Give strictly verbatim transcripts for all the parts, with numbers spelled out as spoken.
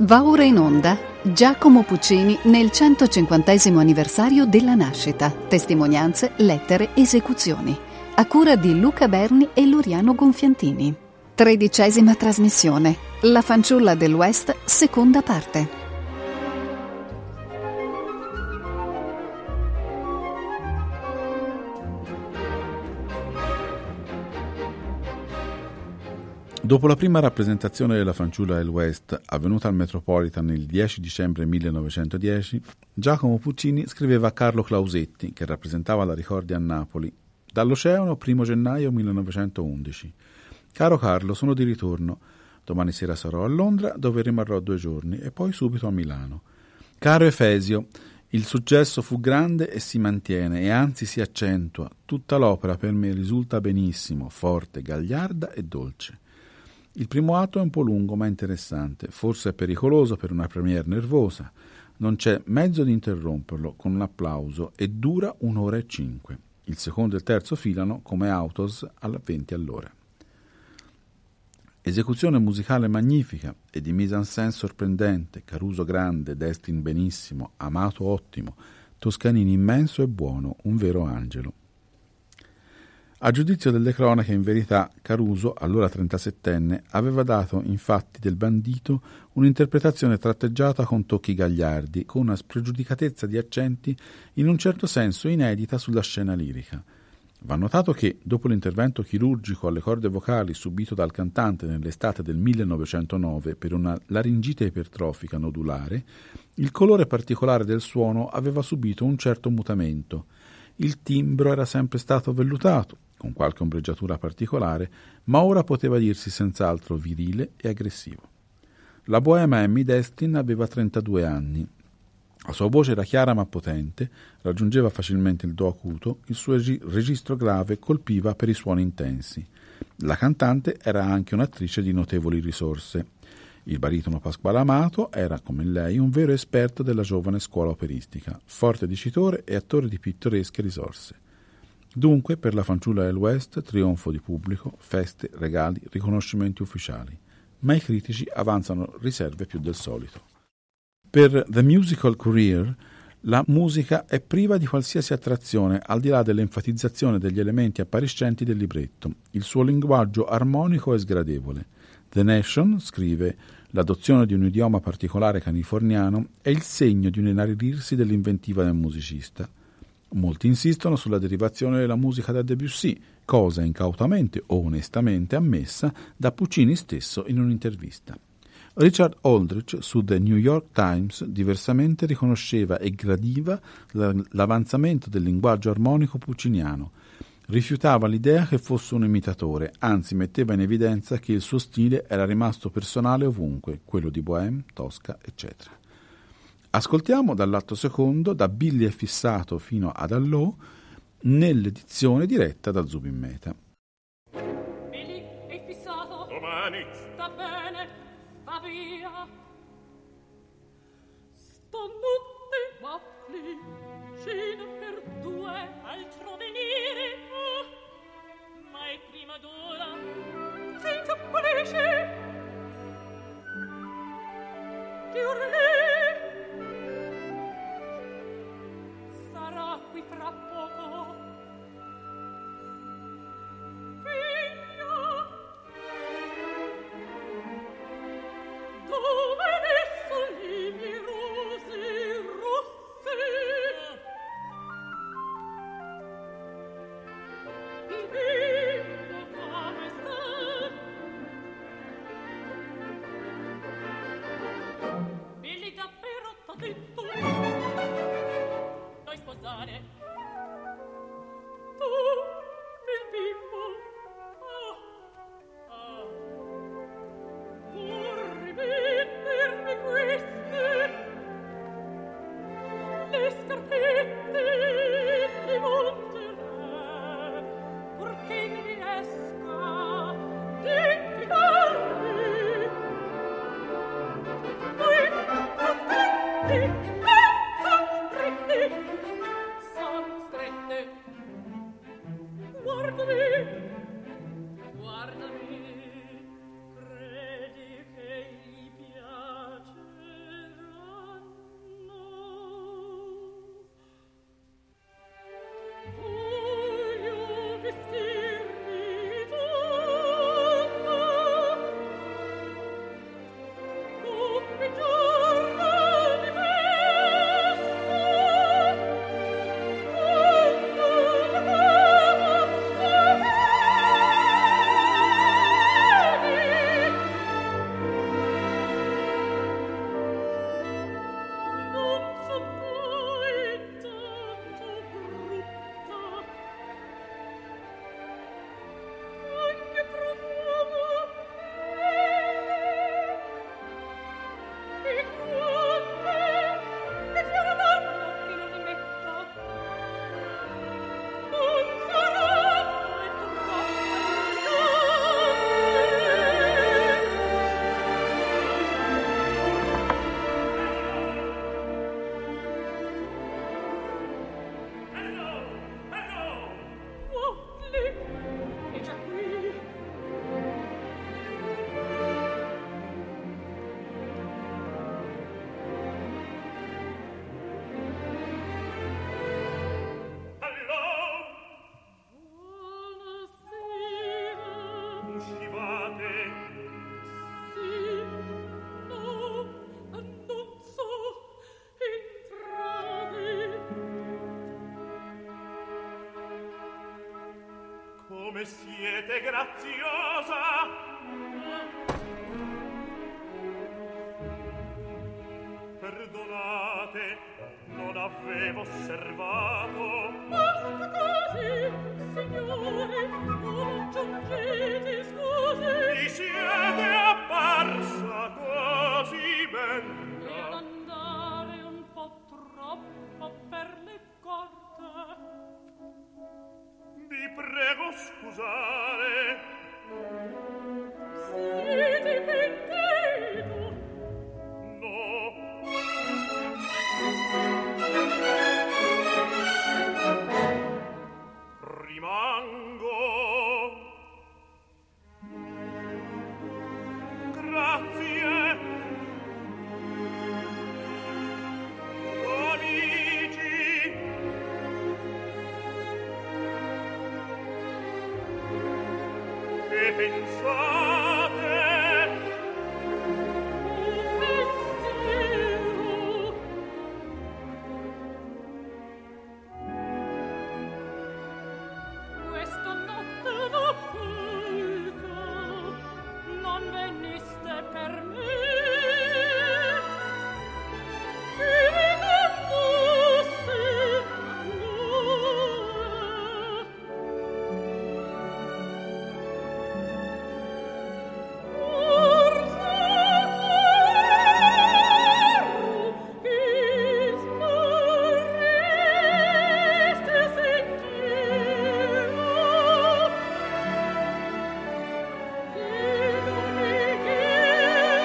Va ora in onda Giacomo Puccini nel centocinquantesimo anniversario della nascita. Testimonianze, lettere, esecuzioni. A cura di Luca Berni e Loriano Gonfiantini. Tredicesima trasmissione. La fanciulla del West, seconda parte. Dopo la prima rappresentazione della fanciulla del West, avvenuta al Metropolitan il dieci dicembre millenovecentodieci, Giacomo Puccini scriveva a Carlo Clausetti, che rappresentava la Ricordi a Napoli, dall'Oceano primo gennaio millenovecentoundici. Caro Carlo, sono di ritorno. Domani sera sarò a Londra, dove rimarrò due giorni, e poi subito a Milano. Caro Efesio, il successo fu grande e si mantiene, e anzi si accentua. Tutta l'opera per me risulta benissimo, forte, gagliarda e dolce. Il primo atto è un po' lungo ma interessante, forse è pericoloso per una premiere nervosa. Non c'è mezzo di interromperlo con un applauso e dura un'ora e cinque. Il secondo e il terzo filano come autos alla venti all'ora. Esecuzione musicale magnifica e di mise-en-scène sorprendente, Caruso grande, Destin benissimo, Amato ottimo, Toscanini immenso e buono, un vero angelo. A giudizio delle cronache, in verità, Caruso, allora trentasettenne, aveva dato, infatti, del bandito un'interpretazione tratteggiata con tocchi gagliardi, con una spregiudicatezza di accenti in un certo senso inedita sulla scena lirica. Va notato che, dopo l'intervento chirurgico alle corde vocali subito dal cantante nell'estate del millenovecentonove per una laringite ipertrofica nodulare, il colore particolare del suono aveva subito un certo mutamento. Il timbro era sempre stato vellutato, con qualche ombreggiatura particolare, ma ora poteva dirsi senz'altro virile e aggressivo. La boema Emmy Destin aveva trentadue anni. La sua voce era chiara ma potente, raggiungeva facilmente il do acuto, il suo regi- registro grave colpiva per i suoni intensi. La cantante era anche un'attrice di notevoli risorse. Il baritono Pasquale Amato era, come lei, un vero esperto della giovane scuola operistica, forte dicitore e attore di pittoresche risorse. Dunque, per la fanciulla del West, trionfo di pubblico, feste, regali, riconoscimenti ufficiali. Ma i critici avanzano riserve più del solito. Per The Musical Courier, la musica è priva di qualsiasi attrazione, al di là dell'enfatizzazione degli elementi appariscenti del libretto. Il suo linguaggio armonico è sgradevole. The Nation scrive: l'adozione di un idioma particolare californiano è il segno di un inaridrirsi dell'inventiva del musicista. Molti insistono sulla derivazione della musica da Debussy, cosa incautamente o onestamente ammessa da Puccini stesso in un'intervista. Richard Aldrich su The New York Times diversamente riconosceva e gradiva l'avanzamento del linguaggio armonico pucciniano. Rifiutava l'idea che fosse un imitatore, anzi metteva in evidenza che il suo stile era rimasto personale ovunque, quello di Bohème, Tosca, eccetera. Ascoltiamo dall'atto secondo, da Billy è fissato fino ad Allò, nell'edizione diretta da Zubin Mehta. Billy è fissato. Domani. Sta bene, va via. Stanotte waffli, cena per due, altro venire. Oh, ma è prima d'ora. Si incappolisce. Che ora è? Sarà qui fra poco. Figlia, dove hai messo lì i miei rosi rossi? Il bimbo come sta? Billy davvero t'ha detto vuoi sposare? Tu, il bimbo, ah, ah, vuoi rimettermi queste, le scarpette di Monterey, purché mi riesca di pigarmi. Voi contenti? Guardami, guardami, credi che gli piace come siete graziosa. Perdonate, non avevo osservato. Basta così, signore, non aggiungete scuse. Mi siete apparsa così bella. Per andare un po' troppo per le corte. Vi prego scusare. Siete pentito? No. Rimango. Grazie. Amici. Che pensate? Questa notte va polca, non veniste per me. E non fosse l'ora. Forse vero che smarreste sentiero. Che non è che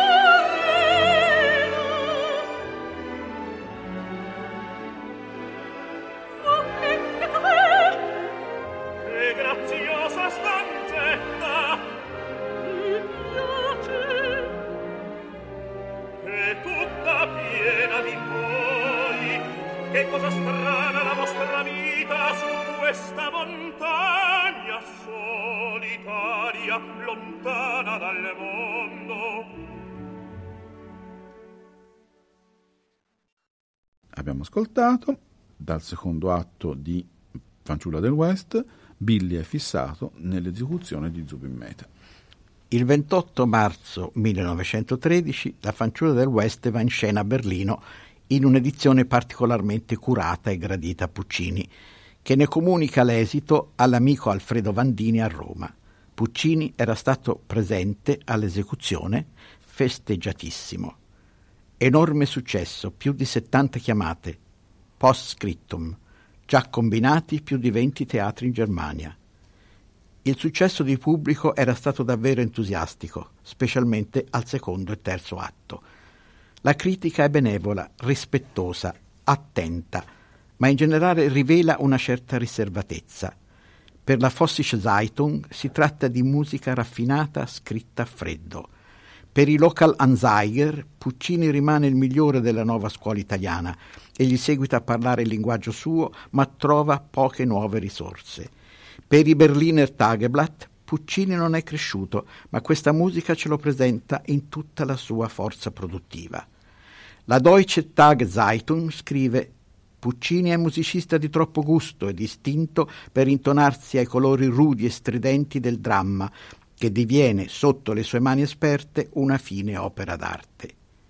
tornerà. Che graziosa stanzetta. Mi piace. È tutta piena di voi. Che cosa strana la vostra vita su questa montagna solitaria, lontana dal mondo. Abbiamo ascoltato dal secondo atto di Fanciulla del West, Billy è fissato nell'esecuzione di Zubin Mehta. Il ventotto marzo millenovecentotredici la Fanciulla del West va in scena a Berlino in un'edizione particolarmente curata e gradita a Puccini, che ne comunica l'esito all'amico Alfredo Vandini a Roma. Puccini era stato presente all'esecuzione, festeggiatissimo. Enorme successo, più di settanta chiamate, post scriptum, già combinati più di venti teatri in Germania. Il successo di pubblico era stato davvero entusiastico, specialmente al secondo e terzo atto. La critica è benevola, rispettosa, attenta, ma in generale rivela una certa riservatezza. Per la Vossische Zeitung si tratta di musica raffinata scritta a freddo. Per i Local Anzeiger Puccini rimane il migliore della nuova scuola italiana e gli seguita a parlare il linguaggio suo, ma trova poche nuove risorse. Per i Berliner Tageblatt Puccini non è cresciuto, ma questa musica ce lo presenta in tutta la sua forza produttiva. La Deutsche Tageszeitung scrive: Puccini è musicista di troppo gusto e distinto per intonarsi ai colori rudi e stridenti del dramma, che diviene, sotto le sue mani esperte, una fine opera d'arte.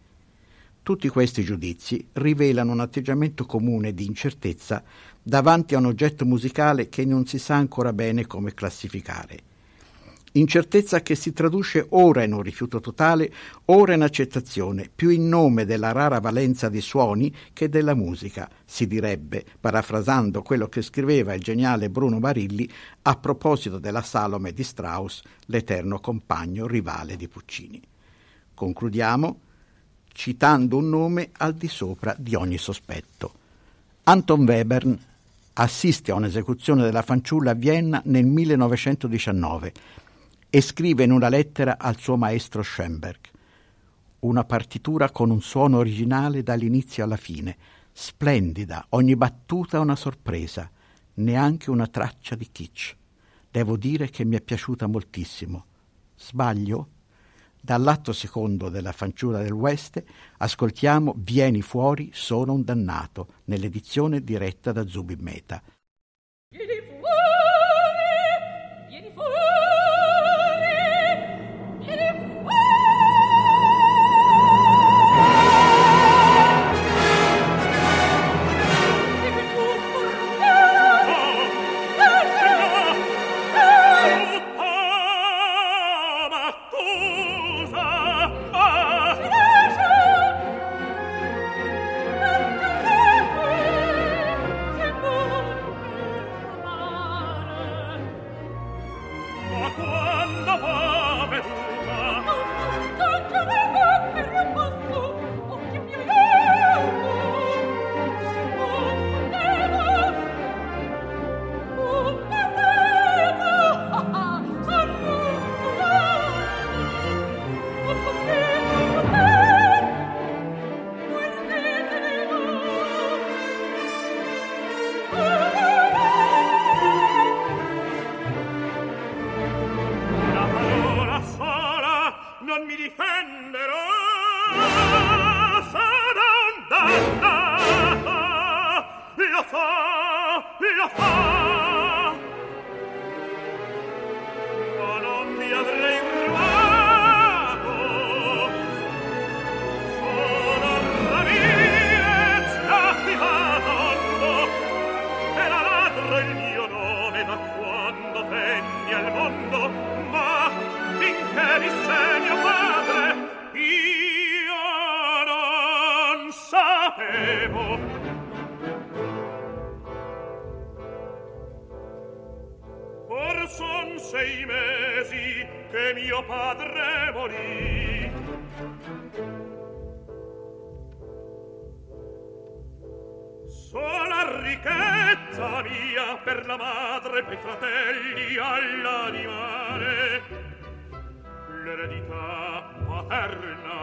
Tutti questi giudizi rivelano un atteggiamento comune di incertezza davanti a un oggetto musicale che non si sa ancora bene come classificare. Incertezza che si traduce ora in un rifiuto totale, ora in accettazione, più in nome della rara valenza dei suoni che della musica, si direbbe, parafrasando quello che scriveva il geniale Bruno Barilli a proposito della Salome di Strauss, l'eterno compagno rivale di Puccini. Concludiamo citando un nome al di sopra di ogni sospetto. Anton Webern assiste a un'esecuzione della Fanciulla a Vienna nel millenovecentodiciannove e scrive in una lettera al suo maestro Schoenberg: una partitura con un suono originale dall'inizio alla fine, splendida, ogni battuta una sorpresa, neanche una traccia di kitsch. Devo dire che mi è piaciuta moltissimo. Sbaglio? Dall'atto secondo della Fanciulla del West ascoltiamo Vieni fuori, sono un dannato, nell'edizione diretta da Zubin Mehta. Vieni fuori, mi difenderò. Sarò un dannato, lo so, lo so, ma non mi avrei rubato. Sono raviezza attivato, e la ladro il mio nome da quando venni al mondo, ma finché visse mio padre io non sapevo. Or son sei mesi che mio padre morì. Sola ricchezza mia per la madre e per i fratelli all'animare, l'eredità paterna.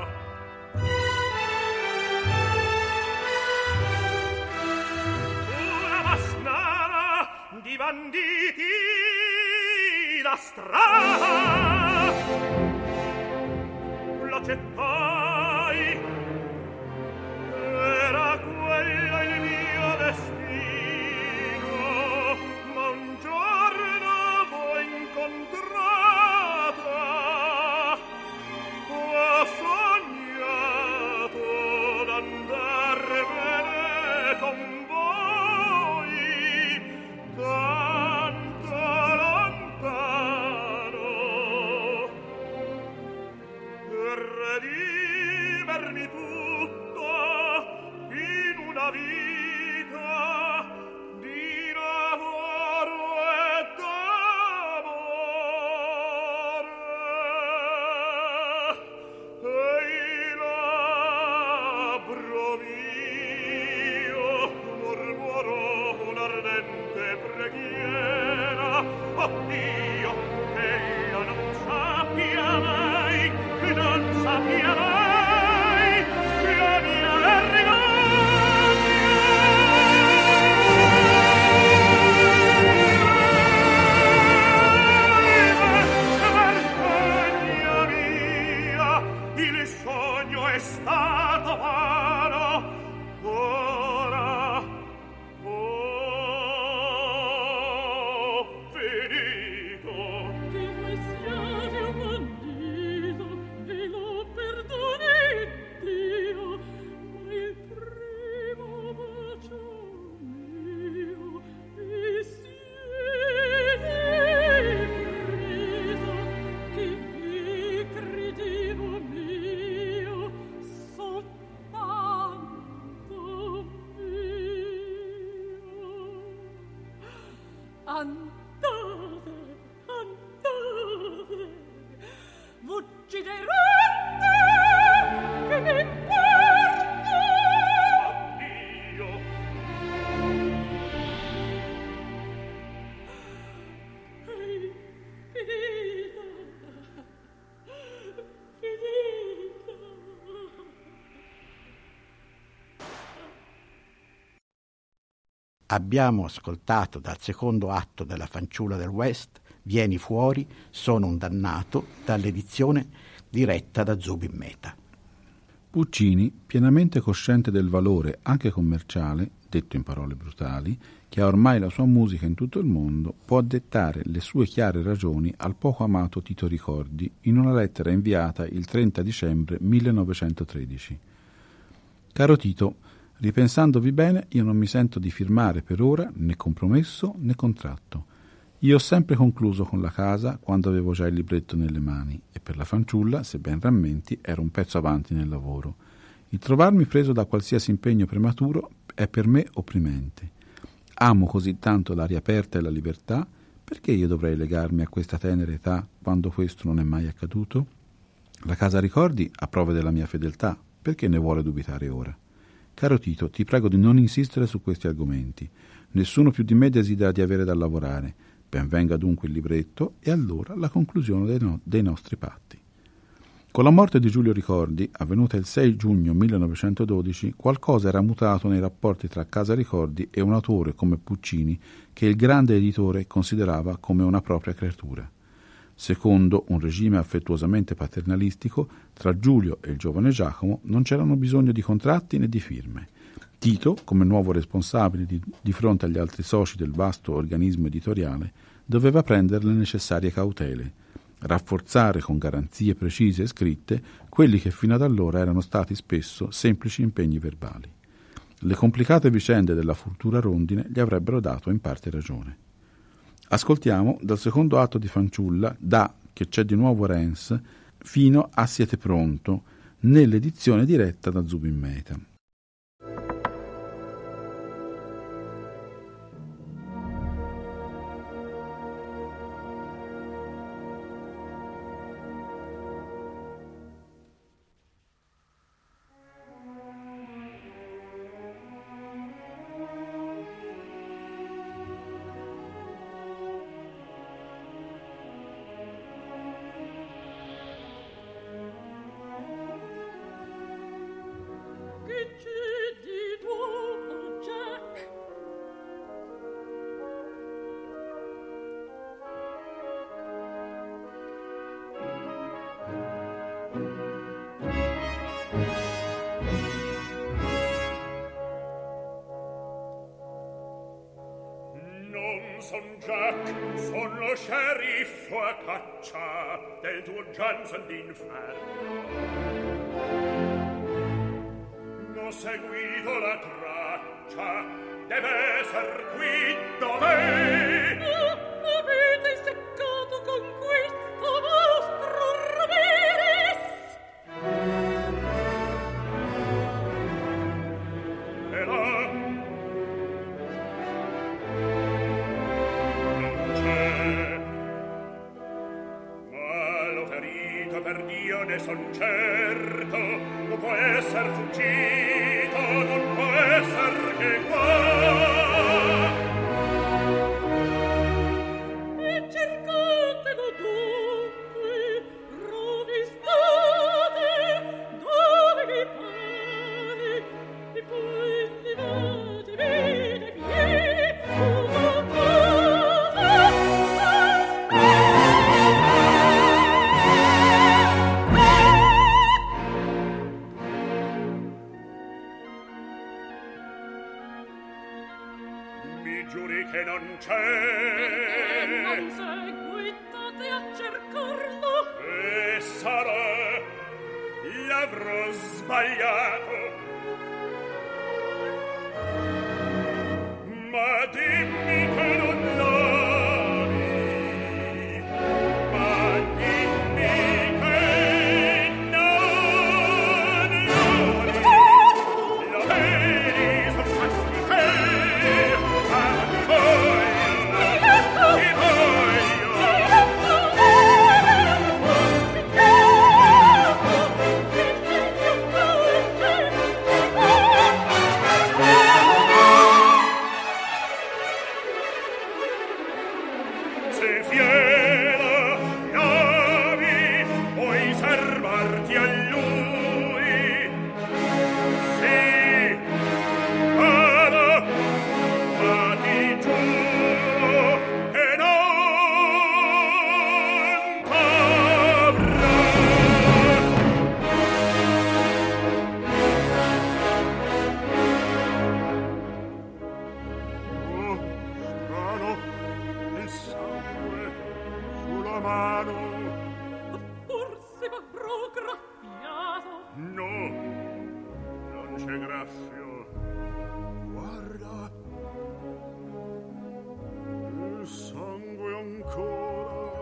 Una masnada di banditi la strada l'accettai, era quello il mio destino, ma un giorno v'ho incontrata, ho sognato d'andarmene con voi tanto lontano, per redimermi tutto in una vita di lavoro e d'amore. E il labbro mio mormorò un'ardente preghiera. Oh Dio, ella non sappia mai, non sappia mai la mia vergogna mia, il sogno è stato vano, ora ho finito. Che voi siate un bandito, ve lo perdoni Dio, ma il primo bacio mio vi siete preso, che vi credevo mio soltanto mio. Andate, andate, m'ucciderete, che mi porto. Dio, Ehi, finita, finita. Abbiamo ascoltato dal secondo atto della Fanciulla del West Vieni fuori, sono un dannato, dall'edizione diretta da Zubin Mehta. Puccini, pienamente cosciente del valore anche commerciale, detto in parole brutali, che ha ormai la sua musica in tutto il mondo, può dettare le sue chiare ragioni al poco amato Tito Ricordi in una lettera inviata il trenta dicembre millenovecentotredici. Caro Tito, ripensandovi bene, io non mi sento di firmare per ora né compromesso né contratto. Io ho sempre concluso con la casa quando avevo già il libretto nelle mani e per la fanciulla, se ben rammenti, ero un pezzo avanti nel lavoro. Il trovarmi preso da qualsiasi impegno prematuro è per me opprimente. Amo così tanto l'aria aperta e la libertà, perché io dovrei legarmi a questa tenera età quando questo non è mai accaduto? La casa Ricordi ha prove della mia fedeltà, perché ne vuole dubitare ora? Caro Tito, ti prego di non insistere su questi argomenti. Nessuno più di me desidera di avere da lavorare. Ben venga dunque il libretto e allora la conclusione dei, no- dei nostri patti. Con la morte di Giulio Ricordi, avvenuta il sei giugno millenovecentododici, qualcosa era mutato nei rapporti tra Casa Ricordi e un autore come Puccini che il grande editore considerava come una propria creatura. Secondo un regime affettuosamente paternalistico, tra Giulio e il giovane Giacomo non c'erano bisogno di contratti né di firme. Tito, come nuovo responsabile di, di fronte agli altri soci del vasto organismo editoriale, doveva prendere le necessarie cautele, rafforzare con garanzie precise e scritte quelli che fino ad allora erano stati spesso semplici impegni verbali. Le complicate vicende della futura rondine gli avrebbero dato in parte ragione. Ascoltiamo dal secondo atto di Fanciulla, da Che c'è di nuovo Rens, fino a Siete pronto, nell'edizione diretta da Zubin Mehta. Son Jack, son lo sceriffo a caccia del tuo Johnson d'inferno. N'ho seguito la traccia, deve esser qui dov'è. Avete seccato con questo vostro Ramirez. E là per Dio ne son certo, non può esser fuggito, non può esser che qua. E cercatelo dunque, rovistate dove vi pare, e poi levate bene piedi, una cosa. Che non c'è, e non seguitate a cercarlo, e sarà, l'avrò sbagliato, ma dimmi che non l'ami, ma dimmi che non l'ami, lo vedi, son fasti te, ma ti voglio, ti se fiera navi, puoi servarti a lui. Sì, vada, ma ti giuro che non t'avrà. Oh, strano, il sangue sulla mano. forse m'avrò graffiato. No, non c'è graffio. Guarda, il sangue ancora.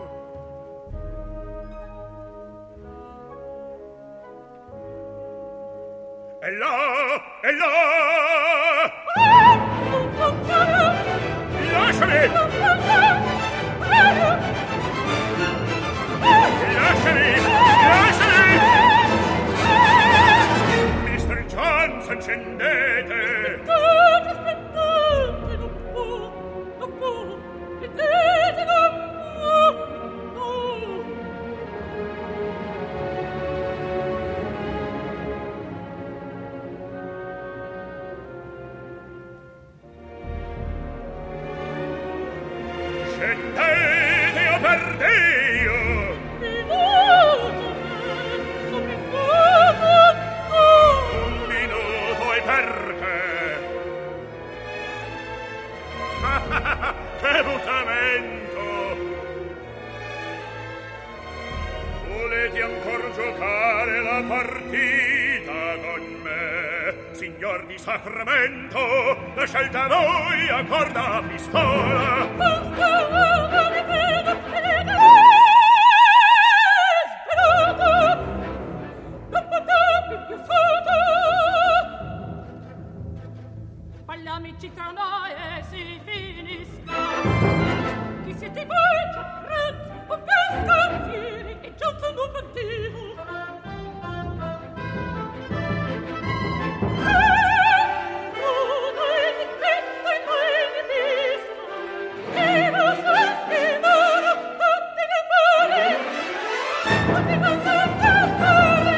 E là, e là! Lasciami! Lasciami! Lasciami! mister Johnson, scendete! Aspettate, aspettate, non può, non può, vedete, non può, no. Scendete, o per Dio! Che mutamento! Volete ancor giocare la partita con me, signor di Sacramento? La scelta a voi accorda a pistola. Amici tra noi e si finisca. Chi siete voi, ciacrezzi, o pescattieri, e già sono un motivo. Eh, tu, noi di petto e noi di vista, che lo so schivare, tutti ne pare, tutti non so caspare.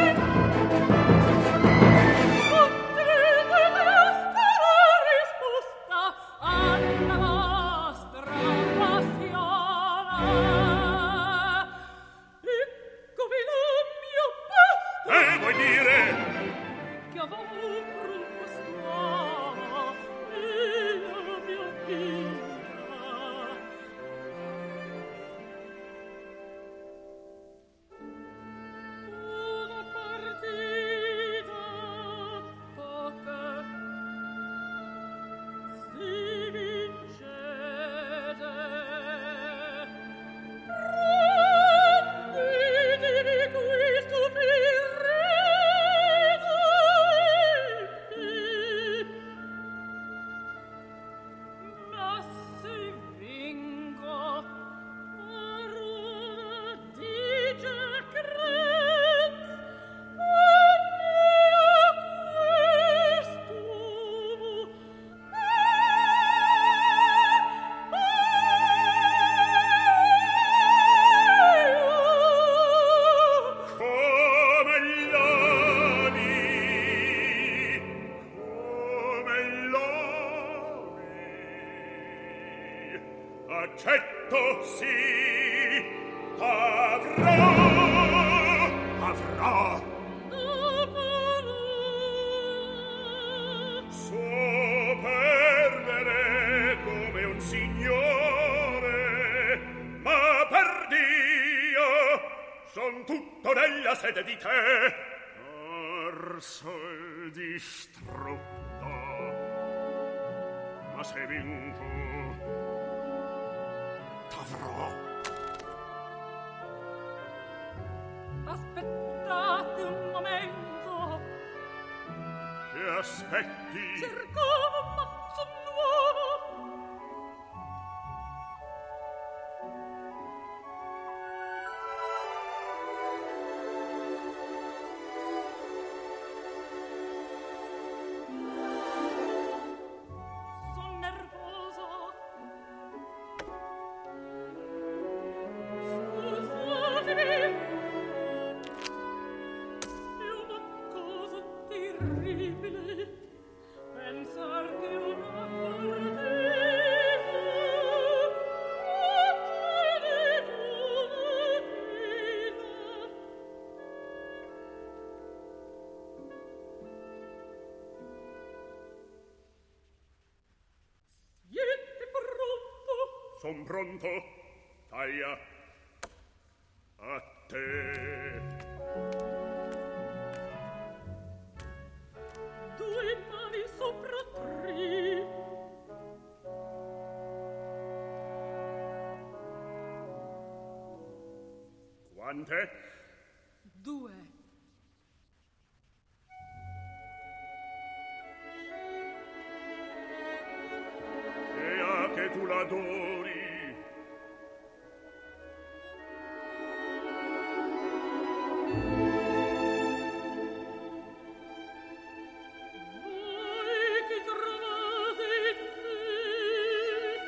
Accetto, sì, avrò, avrò. So perdere come un signore, ma per Dio son tutto nella sede di te. Or sol distrutto, ma se vinto t'avrò. Aspettate un momento. Che aspetti? Cercavo un mazzo nuovo. Son nervoso. Scusatemi. È una cosa terribile pensar che una partita uccide una vita. Siete pronto? Son pronto, Taia. A te. Due mani sopra tre. Quante? Due. E a che tu l'adori? Voi che trovate in me.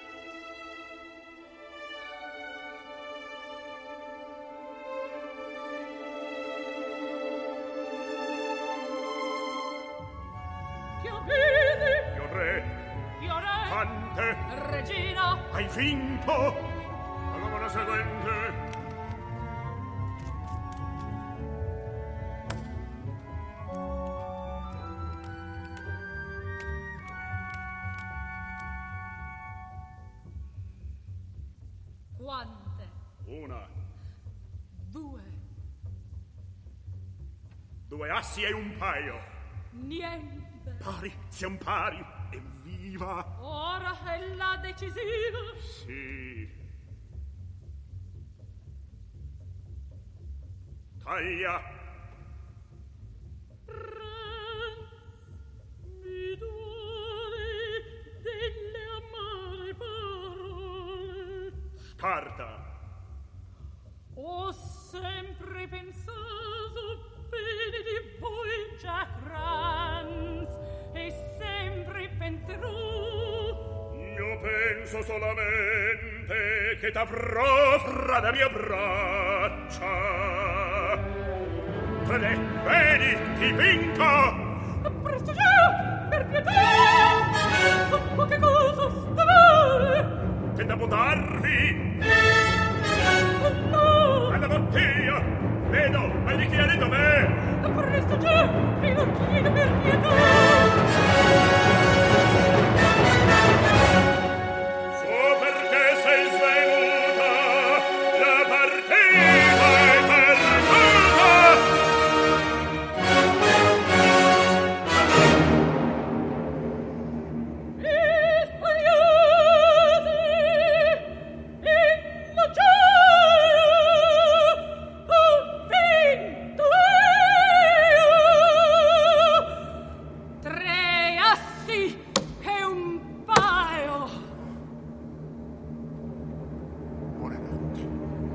Che avete? Io re, Io re, ante, regina, hai vinto? Allora la seguente. Quante? Una. Due. Due assi e un paio. Niente. Pari, siam pari. Evviva. Ora è la decisiva. Sì. Taglia. Franz, mi duole delle amare parole. Carta. Ho sempre pensato bene di voi, Jack Franz, e sempre penserò. Io penso solamente che t'avrò fra le mie braccia. Vedi, vedi, ti vinco! Presto, Jack, per pietà! Ma che cosa stare? Che devo darvi? No! Alla bottiglia! Vedo, ma di chi è dov'è? Presto, Jack, prima chiedo per pietà! So perché sei svenuta, la partita è perduta! E sbagliate! In la gioia! Ho vinto io! Tre assi e un paio! Buonanotte.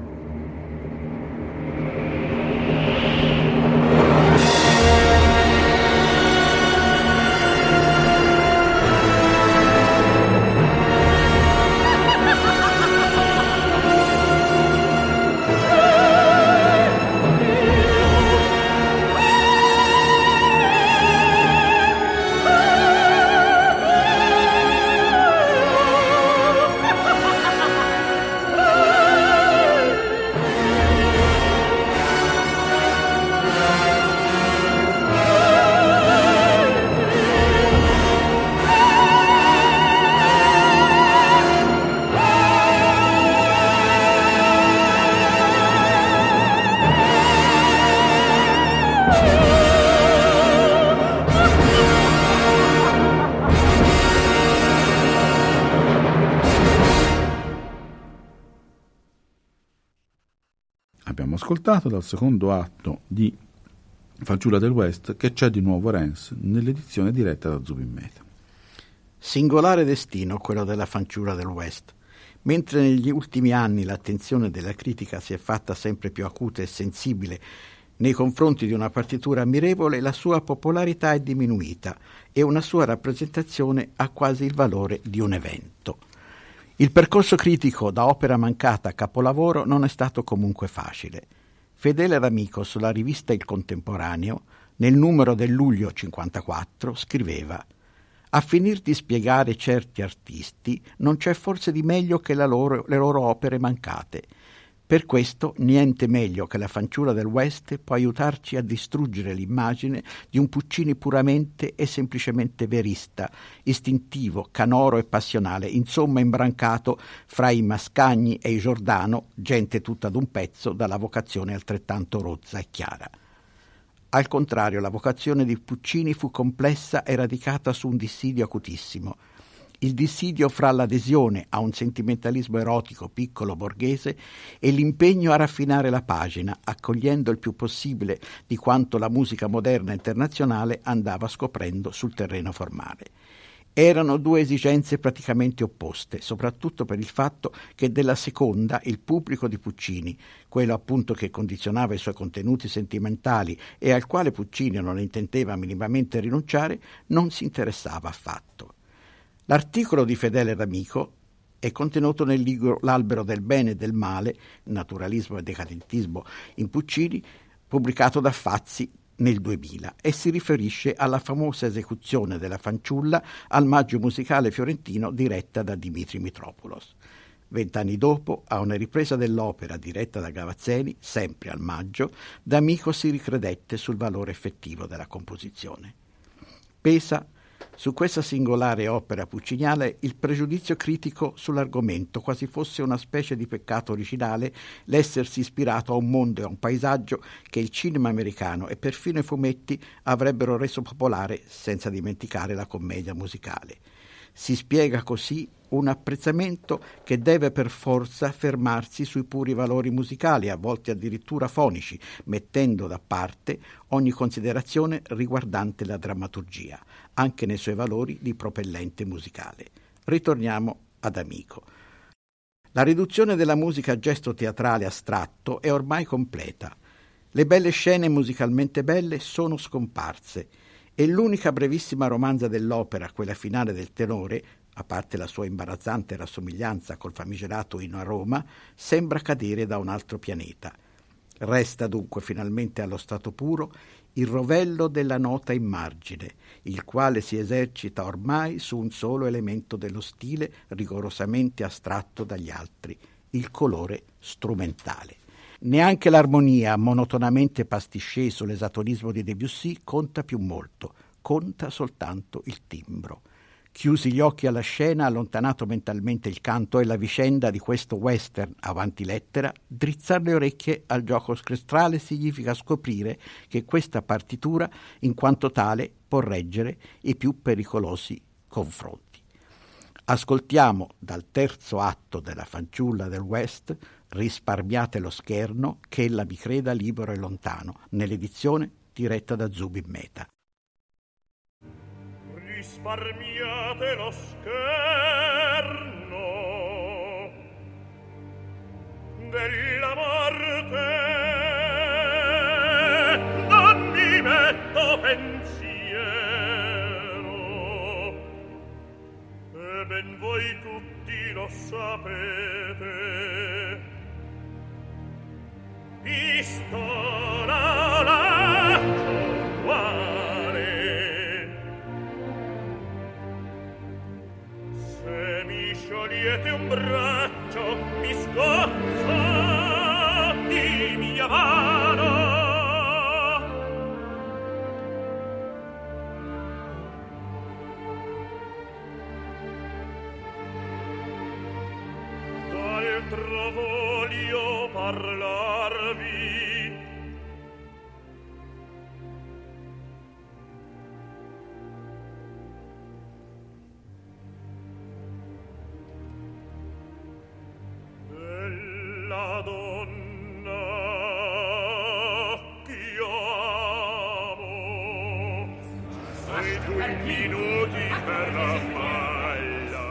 Abbiamo ascoltato dal secondo atto di Fanciulla del West, che c'è di nuovo Rennes nell'edizione diretta da Zubin Mehta. Singolare destino quello della Fanciulla del West. Mentre negli ultimi anni l'attenzione della critica si è fatta sempre più acuta e sensibile nei confronti di una partitura ammirevole, la sua popolarità è diminuita e una sua rappresentazione ha quasi il valore di un evento. Il percorso critico da opera mancata a capolavoro non è stato comunque facile. Fedele D'Amico sulla rivista Il Contemporaneo, nel numero del luglio cinquantaquattro, scriveva: «A finir di spiegare certi artisti non c'è forse di meglio che la loro, le loro opere mancate. Per questo niente meglio che la Fanciulla del West può aiutarci a distruggere l'immagine di un Puccini puramente e semplicemente verista, istintivo, canoro e passionale, insomma imbrancato fra i Mascagni e i Giordano, gente tutta d'un pezzo dalla vocazione altrettanto rozza e chiara. Al contrario, la vocazione di Puccini fu complessa e radicata su un dissidio acutissimo. Il dissidio fra l'adesione a un sentimentalismo erotico piccolo borghese e l'impegno a raffinare la pagina, accogliendo il più possibile di quanto la musica moderna internazionale andava scoprendo sul terreno formale. Erano due esigenze praticamente opposte, soprattutto per il fatto che della seconda il pubblico di Puccini, quello appunto che condizionava i suoi contenuti sentimentali e al quale Puccini non intendeva minimamente rinunciare, non si interessava affatto. L'articolo di Fedele D'Amico è contenuto nel libro L'albero del bene e del male, naturalismo e decadentismo in Puccini, pubblicato da Fazzi nel duemila, e si riferisce alla famosa esecuzione della Fanciulla al Maggio Musicale Fiorentino diretta da Dimitri Mitropoulos. Vent'anni dopo, a una ripresa dell'opera diretta da Gavazzeni, sempre al Maggio, D'Amico si ricredette sul valore effettivo della composizione. Pesa Su questa singolare opera pucciniale il pregiudizio critico sull'argomento, quasi fosse una specie di peccato originale l'essersi ispirato a un mondo e a un paesaggio che il cinema americano e perfino i fumetti avrebbero reso popolare, senza dimenticare la commedia musicale. Si spiega così un apprezzamento che deve per forza fermarsi sui puri valori musicali, a volte addirittura fonici, mettendo da parte ogni considerazione riguardante la drammaturgia, anche nei suoi valori di propellente musicale. Ritorniamo ad Amico. La riduzione della musica a gesto teatrale astratto è ormai completa. Le belle scene musicalmente belle sono scomparse e l'unica brevissima romanza dell'opera, quella finale del tenore, a parte la sua imbarazzante rassomiglianza col famigerato Inno a Roma, sembra cadere da un altro pianeta. Resta dunque finalmente allo stato puro il rovello della nota in margine, il quale si esercita ormai su un solo elemento dello stile rigorosamente astratto dagli altri, il colore strumentale. Neanche l'armonia monotonamente pasticciée sull'esatonismo di Debussy conta più molto, conta soltanto il timbro. Chiusi gli occhi alla scena, allontanato mentalmente il canto e la vicenda di questo western avanti lettera, drizzare le orecchie al gioco orchestrale significa scoprire che questa partitura, in quanto tale, può reggere i più pericolosi confronti. Ascoltiamo dal terzo atto della Fanciulla del West Risparmiate lo scherno, che ella mi creda libero e lontano, nell'edizione diretta da Zubin Mehta. Risparmiate lo scherno della morte, non mi metto pensiero, e ben voi tutti lo sapete. Pistola laccio quale, se mi sciogliete un braccio mi scozzo di mia mano. D'altro voglio parlarvi della donna ch'io amo. Sei due minuti per la balla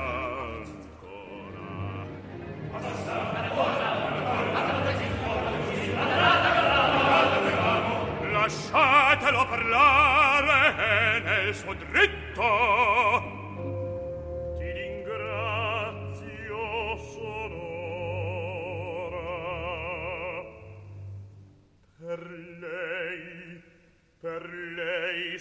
ancora. Lasciatelo parlare nel suo dritto. Ti ringrazio sonora. Per lei, per lei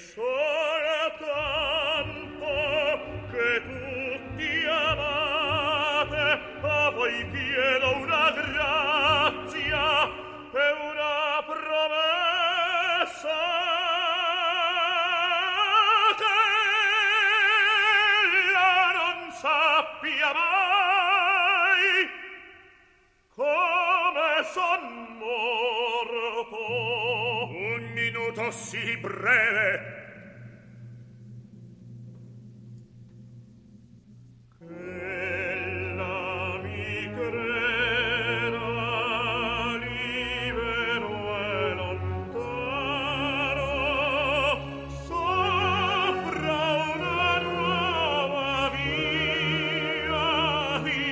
soltanto che tutti amate, a voi chiedo una grazia e una promessa. Sappia mai come son morto. Un minuto sì breve. Ella mi creda libero e lontano sopra una nuova via di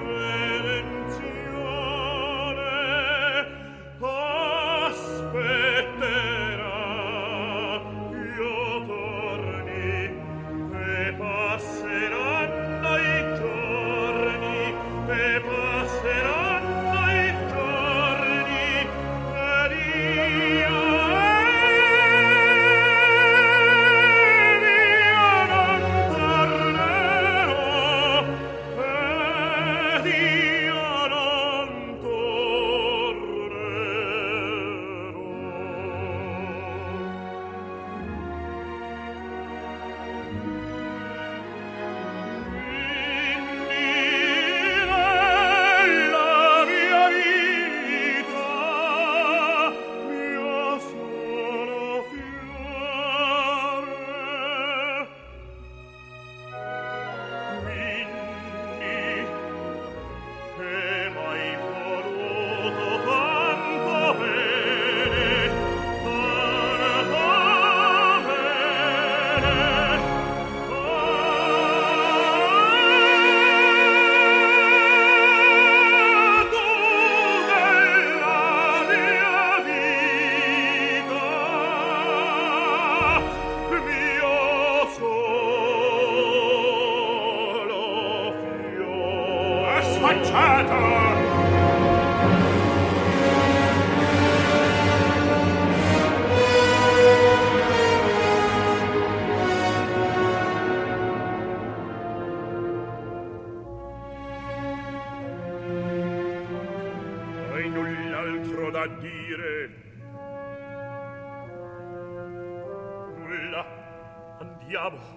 redenzione. Aspetterà, io sfacciato. Hai null'altro da dire? Nulla. Andiamo.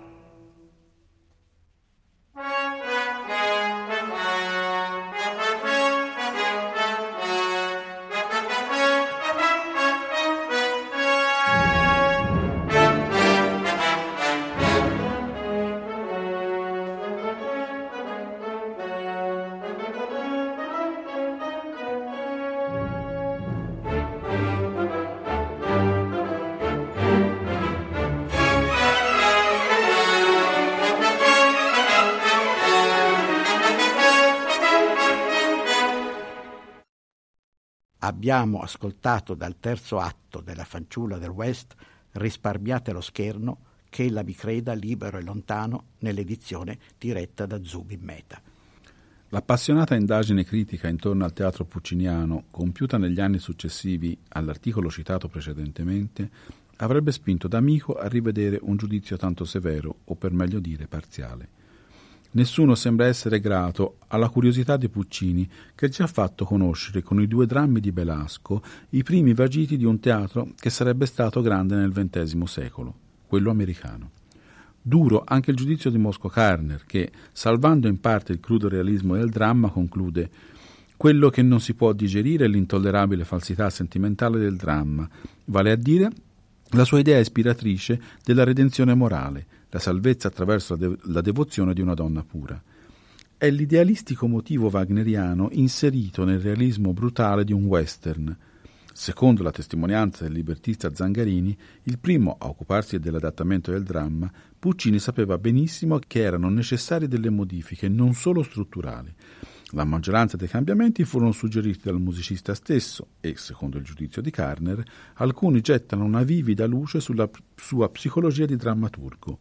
Abbiamo ascoltato dal terzo atto della Fanciulla del West Risparmiate lo scherno, che ella mi creda libero e lontano, nell'edizione diretta da Zubin Mehta. L'appassionata indagine critica intorno al teatro pucciniano, compiuta negli anni successivi all'articolo citato precedentemente, avrebbe spinto D'Amico a rivedere un giudizio tanto severo, o per meglio dire parziale. Nessuno sembra essere grato alla curiosità di Puccini, che ci ha fatto conoscere con i due drammi di Belasco i primi vagiti di un teatro che sarebbe stato grande nel ventesimo secolo, quello americano. Duro anche il giudizio di Mosco Karner, che, salvando in parte il crudo realismo del dramma, conclude: quello che non si può digerire è l'intollerabile falsità sentimentale del dramma, vale a dire la sua idea ispiratrice della redenzione morale, la salvezza attraverso la, de- la devozione di una donna pura. È l'idealistico motivo wagneriano inserito nel realismo brutale di un western. Secondo la testimonianza del librettista Zangarini, il primo a occuparsi dell'adattamento del dramma, Puccini sapeva benissimo che erano necessarie delle modifiche non solo strutturali. La maggioranza dei cambiamenti furono suggeriti dal musicista stesso e, secondo il giudizio di Karner, alcuni gettano una vivida luce sulla sua psicologia di drammaturgo.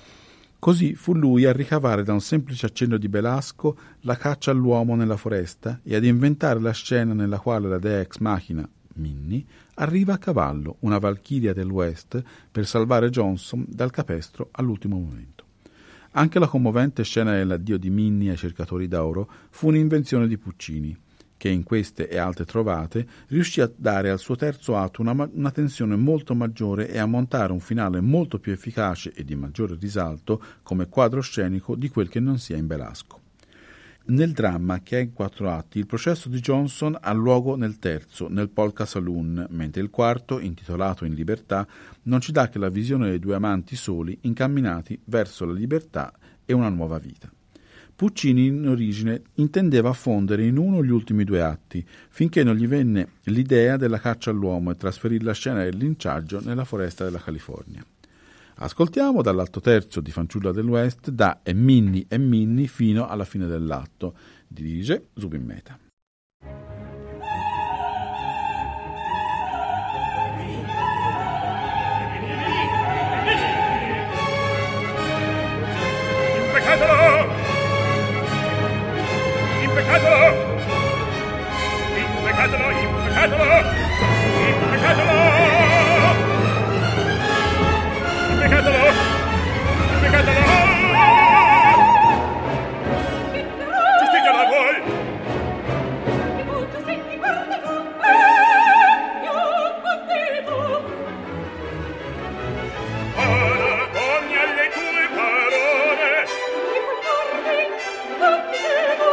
Così fu lui a ricavare da un semplice accenno di Belasco la caccia all'uomo nella foresta e ad inventare la scena nella quale la dea ex machina, Minnie, arriva a cavallo, una valchiria del West, per salvare Johnson dal capestro all'ultimo momento. Anche la commovente scena dell'addio di Minnie ai cercatori d'oro fu un'invenzione di Puccini, che in queste e altre trovate riuscì a dare al suo terzo atto una, una tensione molto maggiore e a montare un finale molto più efficace e di maggiore risalto come quadro scenico di quel che non sia in Belasco. Nel dramma, che è in quattro atti, il processo di Johnson ha luogo nel terzo, nel Polka Saloon, mentre il quarto, intitolato In libertà, non ci dà che la visione dei due amanti soli incamminati verso la libertà e una nuova vita. Puccini in origine intendeva fondere in uno gli ultimi due atti, finché non gli venne l'idea della caccia all'uomo e trasferire la scena del linciaggio nella foresta della California. Ascoltiamo dall'atto terzo di Fanciulla del West da E Minnie e Minnie fino alla fine dell'atto. Dirige Zubin Mehta. Impeccatelo! Impeccatelo! Impeccatelo! Impeccatelo! Impeccatelo! Impeccatelo! Impeccatelo! Giustizia la vuoi? Che molto senti guarda con me, io contevo. Ora, ogni alle tue parole, E poi forte, contevo.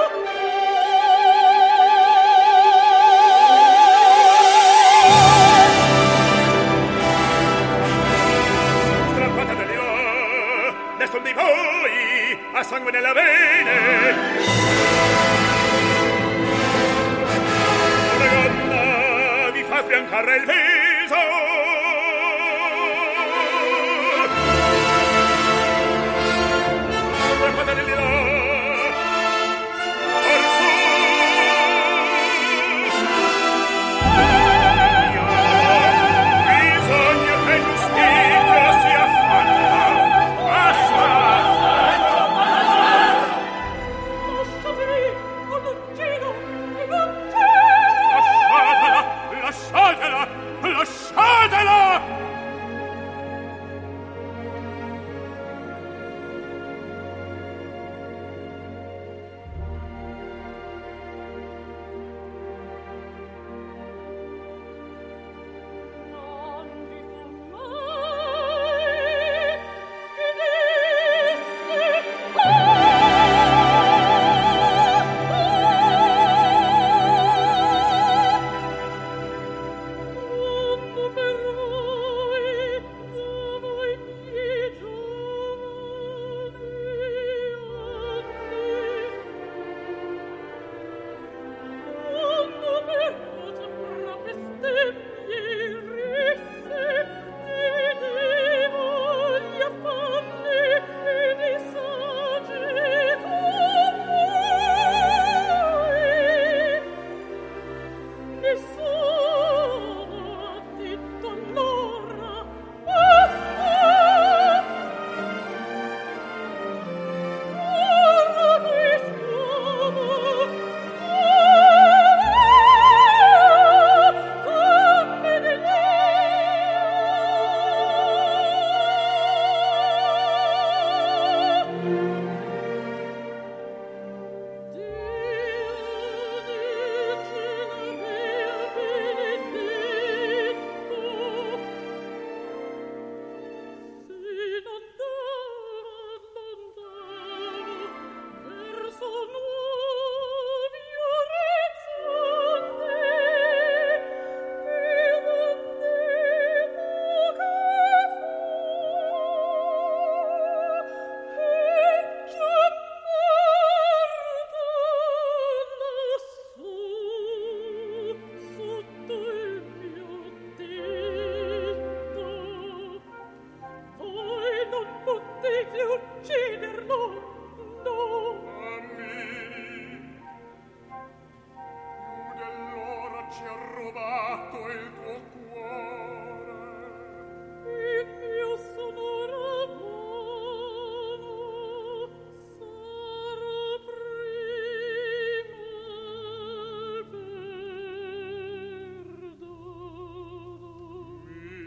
ci ha rubato il tuo cuore. Il mio sonoro buono sarà prima il perdono.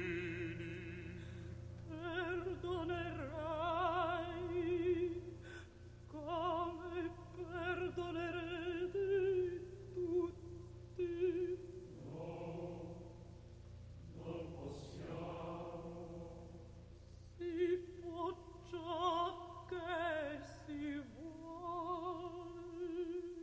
Perdonerai come perdonerete tutti. Si può ciò che si vuole.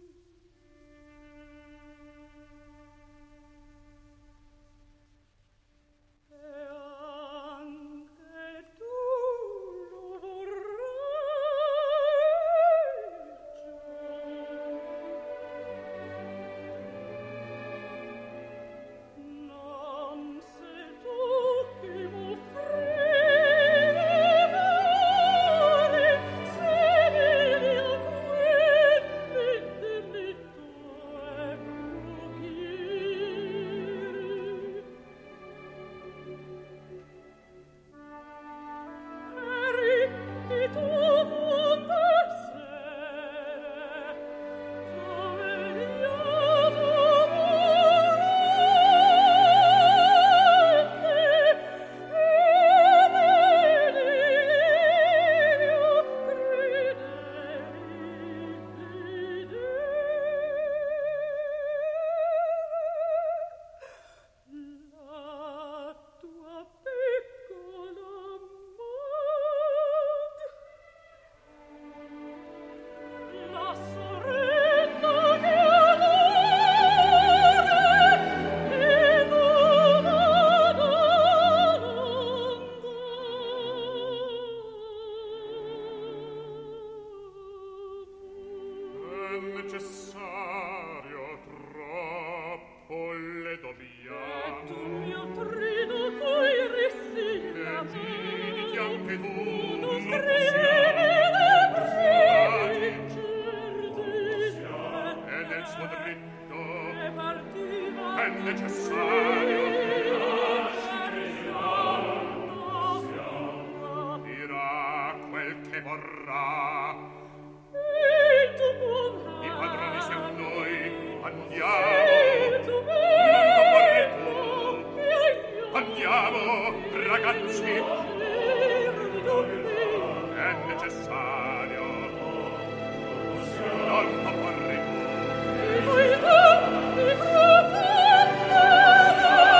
E anche tu lo vorrai già. Non sei tu che m'offrivi amore, se vedi a quelli delle tue preghiere. Eri di tuo mondo sere, dove io dormorante, e nell'idilio credevi fedele. La tua piccola Maud, la sorella che allora e non È necessario troppo le dobbiamo. tu mio trino coi E vidi anche tu non non scrivevi le brigi e nel suo dritto e partiva è necessario dirà quel che vorrà. il tuo buon I padroni siamo noi, andiamo. il tuo Non vorrei tu. bello Andiamo, ragazzi, perdonami è necessario. Non vorrei tu. i tuoi tanti fratelli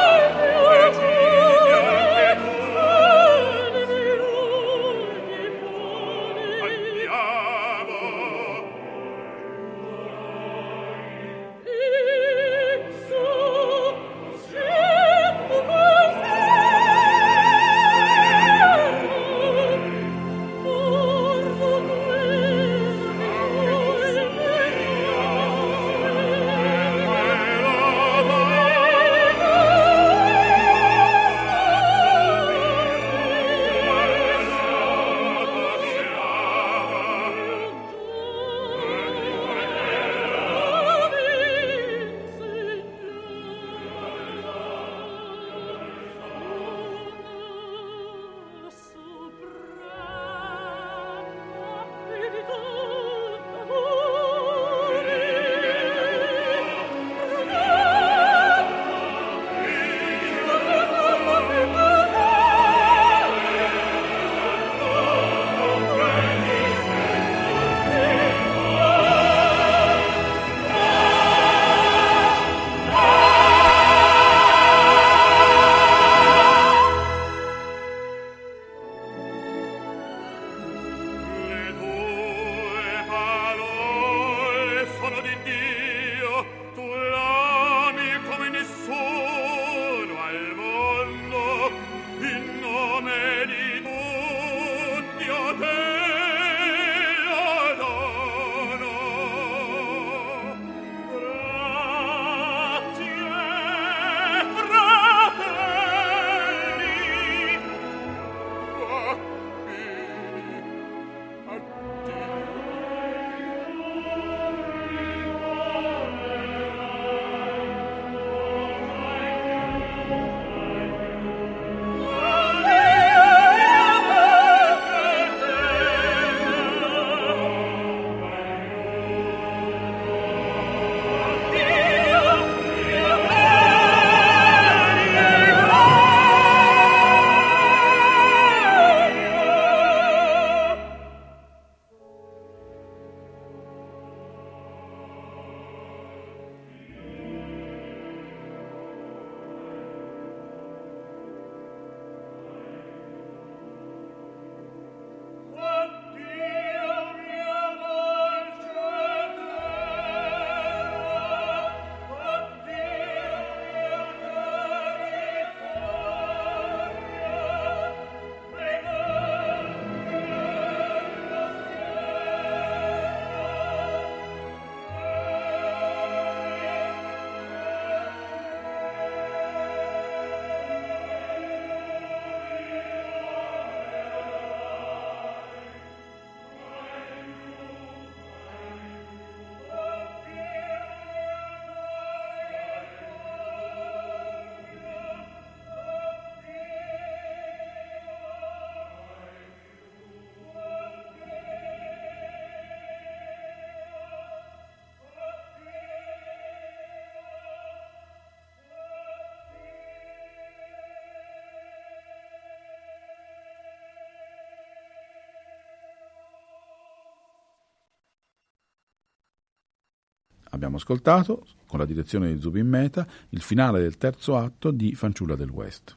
Abbiamo ascoltato, con la direzione di Zubin Mehta, il finale del terzo atto di Fanciulla del West.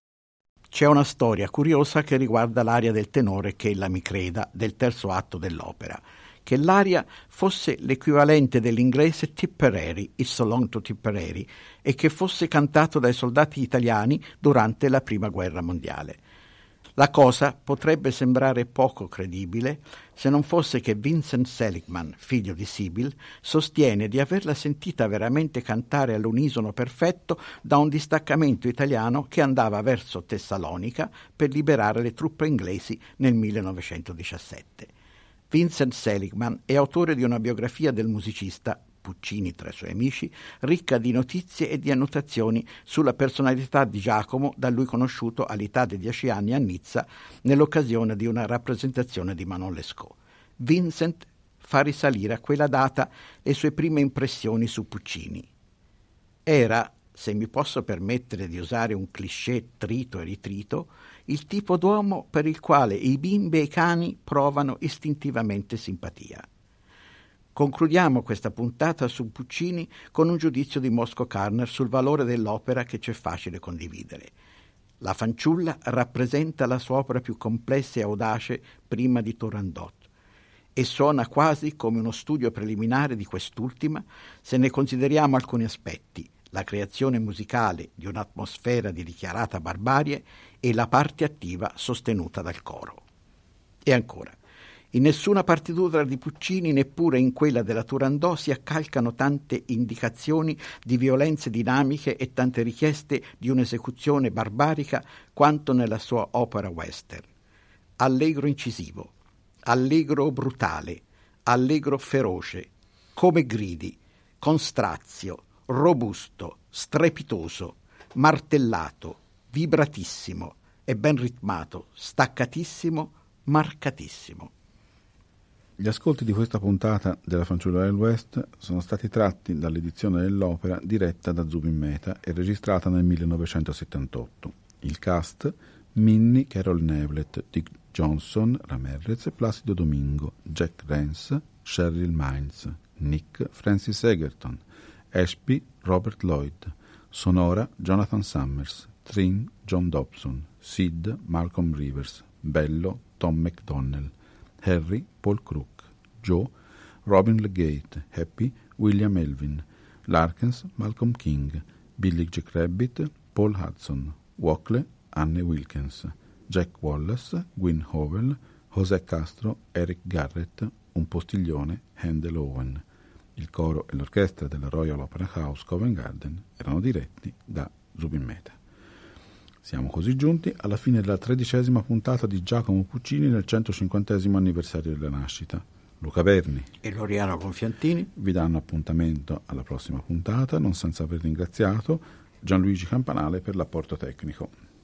C'è una storia curiosa che riguarda l'aria del tenore che ella mi creda del terzo atto dell'opera, che l'aria fosse l'equivalente dell'inglese Tipperary, It's so long to Tipperary, e che fosse cantato dai soldati italiani durante la Prima Guerra Mondiale. La cosa potrebbe sembrare poco credibile se non fosse che Vincent Seligman, figlio di Sibyl, sostiene di averla sentita veramente cantare all'unisono perfetto da un distaccamento italiano che andava verso Tessalonica per liberare le truppe inglesi nel millenovecentodiciassette. Vincent Seligman è autore di una biografia del musicista, Puccini tra i suoi amici, ricca di notizie e di annotazioni sulla personalità di Giacomo, da lui conosciuto all'età di dieci anni a Nizza nell'occasione di una rappresentazione di Manon Lescaut. Vincent fa risalire a quella data le sue prime impressioni su Puccini. Era, se mi posso permettere di usare un cliché trito e ritrito, il tipo d'uomo per il quale i bimbi e i cani provano istintivamente simpatia. Concludiamo questa puntata su Puccini con un giudizio di Mosco Karner sul valore dell'opera che c'è facile condividere. La fanciulla rappresenta la sua opera più complessa e audace prima di Turandot e suona quasi come uno studio preliminare di quest'ultima se ne consideriamo alcuni aspetti: la creazione musicale di un'atmosfera di dichiarata barbarie e la parte attiva sostenuta dal coro. E ancora, in nessuna partitura di Puccini, neppure in quella della Turandot, si accalcano tante indicazioni di violenze dinamiche e tante richieste di un'esecuzione barbarica quanto nella sua opera western. Allegro incisivo, allegro brutale, allegro feroce, come gridi, con strazio, robusto, strepitoso, martellato, vibratissimo e ben ritmato, staccatissimo, marcatissimo. Gli ascolti di questa puntata della Fanciulla del West sono stati tratti dall'edizione dell'opera diretta da Zubin Mehta e registrata nel millenovecentosettantotto. Il cast: Minnie Carol Nevlet, Dick Johnson, Ramirez, Placido Domingo, Jack Rance, Cheryl Mines, Nick Francis Egerton, Ashby Robert Lloyd, Sonora Jonathan Summers, Trin John Dobson, Sid Malcolm Rivers, Bello Tom McDonnell, Harry Paul Crook, Joe Robin Legate, Happy William Elvin, Larkins Malcolm King, Billy Jack Rabbit Paul Hudson, Walkley Anne Wilkins, Jack Wallace Gwyn Howell, José Castro Eric Garrett, un postiglione Handel Owen. Il coro e l'orchestra della Royal Opera House Covent Garden erano diretti da Zubin Mehta. Siamo così giunti alla fine della tredicesima puntata di Giacomo Puccini nel centocinquantesimo anniversario della nascita. Luca Berni e Loriano Gonfiantini vi danno appuntamento alla prossima puntata, non senza aver ringraziato Gianluigi Campanale per l'apporto tecnico.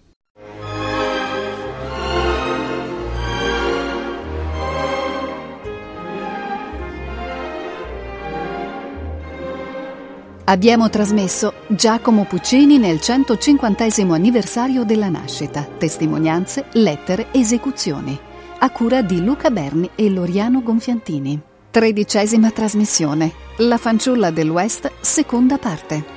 Abbiamo trasmesso Giacomo Puccini nel centocinquantesimo anniversario della nascita. Testimonianze, lettere, esecuzioni. A cura di Luca Berni e Loriano Gonfiantini. Tredicesima trasmissione. La fanciulla del West, seconda parte.